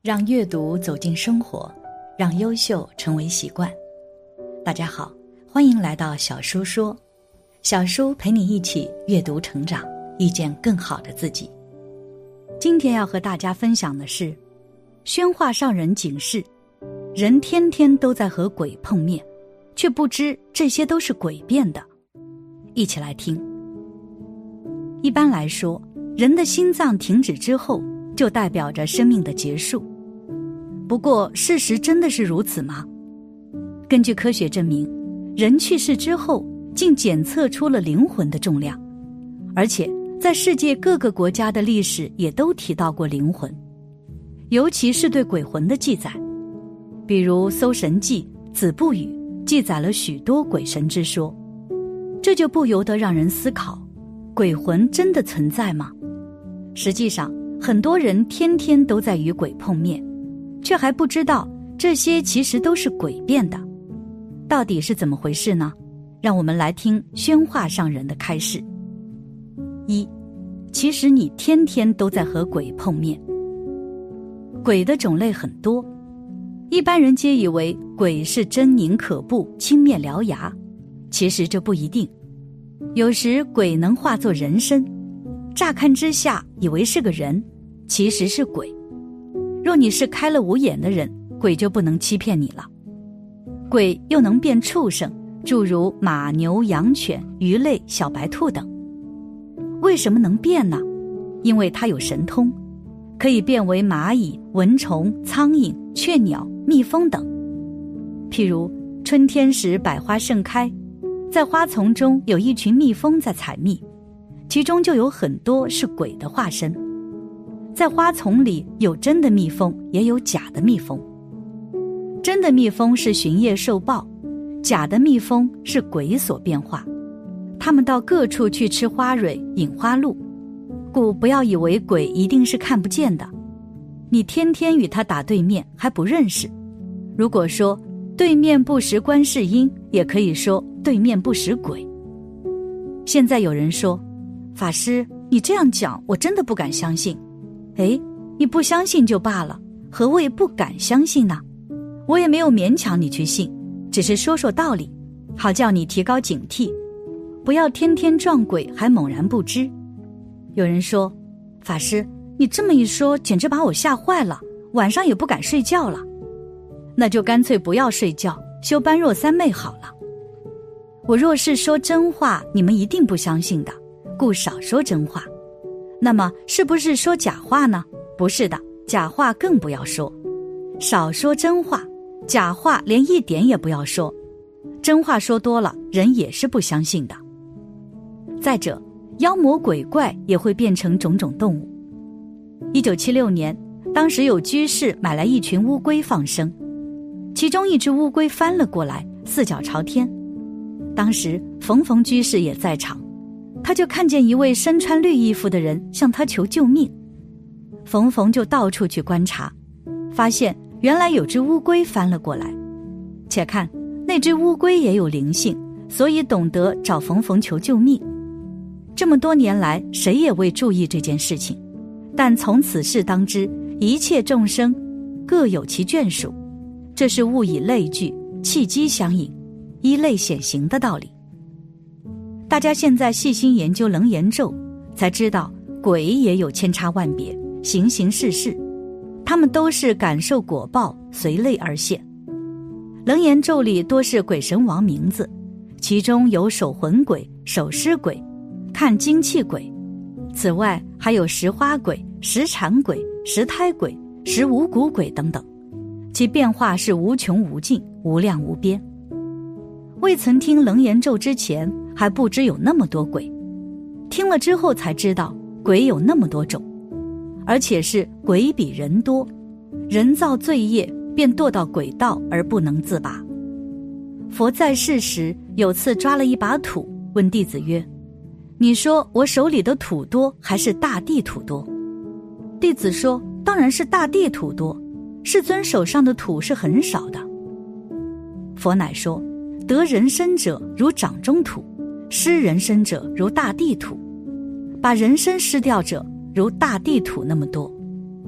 让阅读走进生活，让优秀成为习惯。大家好，欢迎来到小叔说，小叔陪你一起阅读成长，遇见更好的自己。今天要和大家分享的是，宣化上人警示，人天天都在和鬼碰面，却不知这些都是鬼变的。一起来听。一般来说，人的心脏停止之后，就代表着生命的结束。不过事实真的是如此吗？根据科学证明，人去世之后竟检测出了灵魂的重量，而且在世界各个国家的历史也都提到过灵魂，尤其是对鬼魂的记载。比如《搜神记》《子不语》记载了许多鬼神之说，这就不由得让人思考，鬼魂真的存在吗？实际上，很多人天天都在与鬼碰面，却还不知道这些其实都是鬼变的。到底是怎么回事呢？让我们来听宣化上人的开示。一，其实你天天都在和鬼碰面。鬼的种类很多，一般人皆以为鬼是狰狞可怖、青面獠牙，其实这不一定。有时鬼能化作人身，乍看之下以为是个人，其实是鬼。若你是开了五眼的人，鬼就不能欺骗你了。鬼又能变畜生，诸如马、牛、羊、犬、鱼类、小白兔等。为什么能变呢？因为它有神通，可以变为蚂蚁、蚊虫、苍蝇、雀鸟、蜜蜂等。譬如春天时百花盛开，在花丛中有一群蜜蜂在采蜜，其中就有很多是鬼的化身。在花丛里有真的蜜蜂，也有假的蜜蜂。真的蜜蜂是巡夜受报，假的蜜蜂是鬼所变化。他们到各处去吃花蕊、饮花露，故不要以为鬼一定是看不见的。你天天与他打对面还不认识。如果说对面不识观世音，也可以说对面不识鬼。现在有人说，法师，你这样讲我真的不敢相信。诶，你不相信就罢了，何谓不敢相信呢？我也没有勉强你去信，只是说说道理，好叫你提高警惕，不要天天撞鬼还猛然不知。有人说，法师，你这么一说简直把我吓坏了，晚上也不敢睡觉了。那就干脆不要睡觉，修般若三昧好了。我若是说真话，你们一定不相信的，故少说真话。那么是不是说假话呢？不是的，假话更不要说。少说真话，假话连一点也不要说。真话说多了，人也是不相信的。再者，妖魔鬼怪也会变成种种动物。1976年，当时有居士买来一群乌龟放生，其中一只乌龟翻了过来，四脚朝天。当时冯居士也在场，他就看见一位身穿绿衣服的人向他求救命。冯就到处去观察，发现原来有只乌龟翻了过来。且看那只乌龟也有灵性，所以懂得找冯求救命。这么多年来谁也未注意这件事情，但从此事当知，一切众生各有其眷属，这是物以类聚，气机相应，依类显形的道理。大家现在细心研究楞严咒，才知道鬼也有千差万别，形形事事，他们都是感受果报，随类而现。楞严咒里多是鬼神王名字，其中有守魂鬼、守尸鬼、看精气鬼，此外还有食花鬼、食产鬼、食胎鬼、食五谷鬼等等，其变化是无穷无尽，无量无边。未曾听楞严咒之前，还不知有那么多鬼，听了之后才知道鬼有那么多种，而且是鬼比人多，人造罪业便堕到鬼道而不能自拔。佛在世时有次抓了一把土，问弟子曰，你说我手里的土多还是大地土多？弟子说，当然是大地土多，世尊手上的土是很少的。佛乃说，得人身者如掌中土，失人身者如大地土，把人身失掉者如大地土那么多。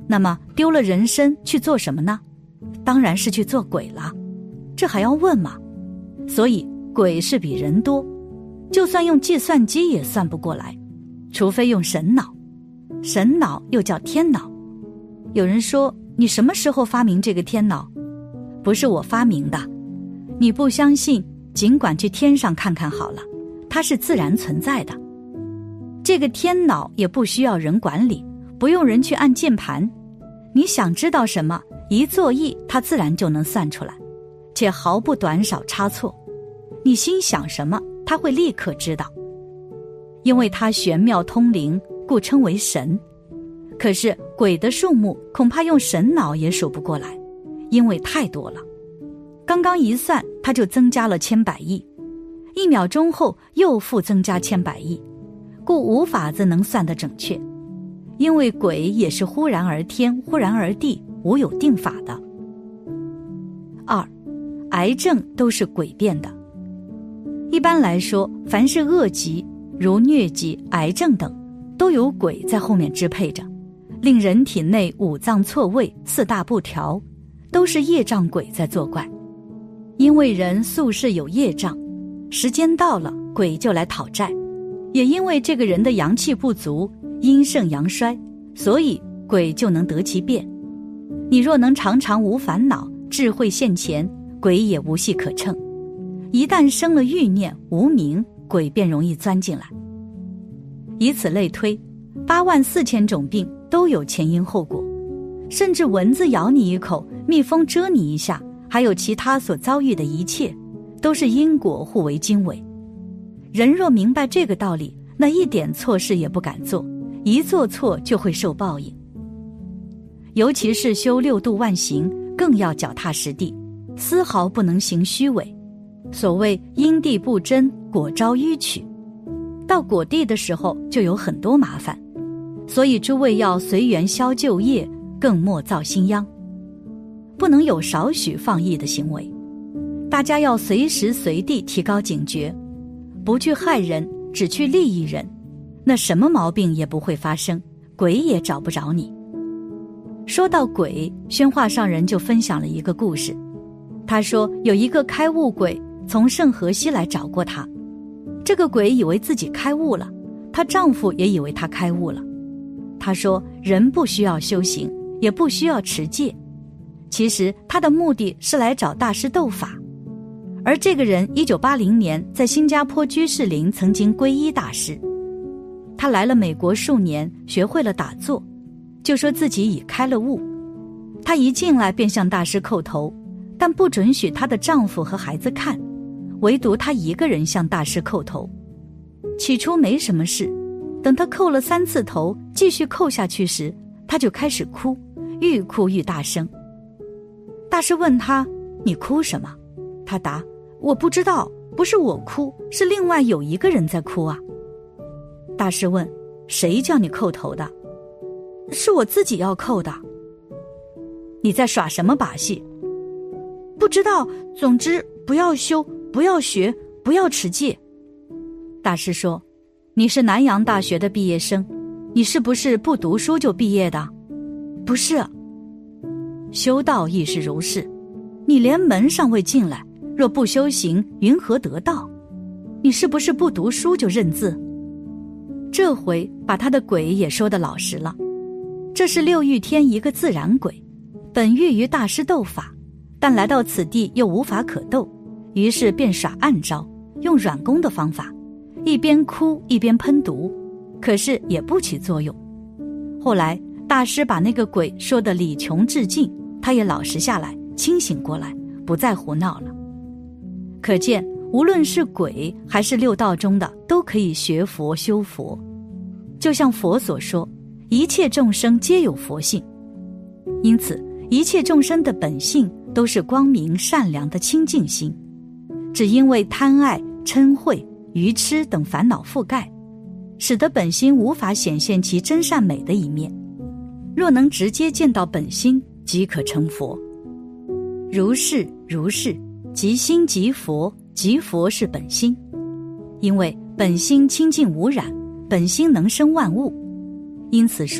那么丢了人身去做什么呢？当然是去做鬼了，这还要问吗？所以鬼是比人多，就算用计算机也算不过来，除非用神脑。神脑又叫天脑。有人说，你什么时候发明这个天脑？不是我发明的，你不相信，尽管去天上看看好了，它是自然存在的。这个天脑也不需要人管理，不用人去按键盘，你想知道什么，一作意它自然就能算出来，且毫不短少差错。你心想什么，它会立刻知道。因为它玄妙通灵，故称为神。可是鬼的数目恐怕用神脑也数不过来，因为太多了。刚刚一算，它就增加了千百亿，1秒钟后又复增加千百亿，故无法子能算得准确。因为鬼也是忽然而天，忽然而地，无有定法的。2. 癌症都是鬼变的。一般来说，凡是恶疾，如疟疾、癌症等，都有鬼在后面支配着，令人体内5脏错位、4大不调，都是业障鬼在作怪。因为人素世有业障，时间到了，鬼就来讨债。也因为这个人的阳气不足，阴盛阳衰，所以鬼就能得其便。你若能常常无烦恼，智慧现前，鬼也无隙可乘。一旦生了欲念、无明，鬼便容易钻进来。以此类推，84000种病都有前因后果，甚至蚊子咬你一口，蜜蜂蛰你一下，还有其他所遭遇的一切，都是因果互为经纬。人若明白这个道理，那一点错事也不敢做，一做错就会受报应。尤其是修6度万行，更要脚踏实地，丝毫不能行虚伪。所谓因地不真，果招迂曲，到果地的时候就有很多麻烦。所以诸位要随缘消旧业，更莫造新殃，不能有少许放逸的行为。大家要随时随地提高警觉，不去害人，只去利益人，那什么毛病也不会发生，鬼也找不着你。说到鬼，宣化上人就分享了一个故事。他说有一个开悟鬼从圣河西来找过他，这个鬼以为自己开悟了，她丈夫也以为她开悟了。他说人不需要修行，也不需要持戒，其实他的目的是来找大师斗法。而这个人1980年在新加坡居士林曾经皈依大师，他来了美国数年，学会了打坐，就说自己已开了悟。他一进来便向大师叩头，但不准许她的丈夫和孩子看，唯独她一个人向大师叩头。起初没什么事，等她叩了3次头，继续叩下去时，她就开始哭，愈哭愈大声。大师问她：你哭什么？她答：我不知道，不是我哭，是另外有一个人在哭啊。大师问：谁叫你叩头的？是我自己要叩的。你在耍什么把戏？不知道，总之不要修，不要学，不要持戒。大师说：你是南洋大学的毕业生，你是不是不读书就毕业的？不是。修道亦是如是，你连门尚未进来，若不修行，云何得道？你是不是不读书就认字？这回把他的鬼也说得老实了。这是六欲天一个自然鬼，本欲与大师斗法，但来到此地又无法可斗，于是便耍暗招，用软功的方法，一边哭一边喷毒，可是也不起作用。后来大师把那个鬼说得理穷至尽，他也老实下来，清醒过来，不再胡闹了。可见无论是鬼还是六道中的，都可以学佛修佛。就像佛所说，一切众生皆有佛性，因此一切众生的本性都是光明善良的清净心，只因为贪爱、嗔恚、愚痴等烦恼覆盖，使得本心无法显现其真善美的一面。若能直接见到本心，即可成佛。如是如是，即心即佛，即佛是本心。因为本心清净无染，本心能生万物，因此说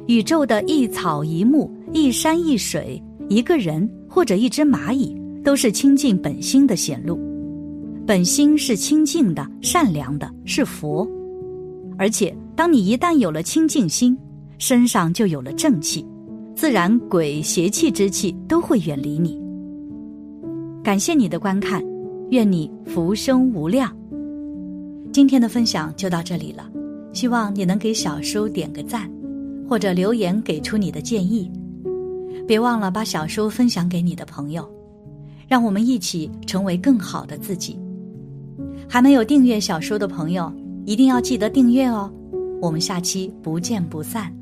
宇宙的一草一木、一山一水、一个人或者一只蚂蚁，都是清净本心的显露。本心是清净的、善良的，是佛。而且当你一旦有了清净心，身上就有了正气，自然鬼邪气之气都会远离你。感谢你的观看，愿你福生无量。今天的分享就到这里了，希望你能给小叔点个赞，或者留言给出你的建议。别忘了把小叔分享给你的朋友，让我们一起成为更好的自己。还没有订阅小叔的朋友，一定要记得订阅哦。我们下期不见不散。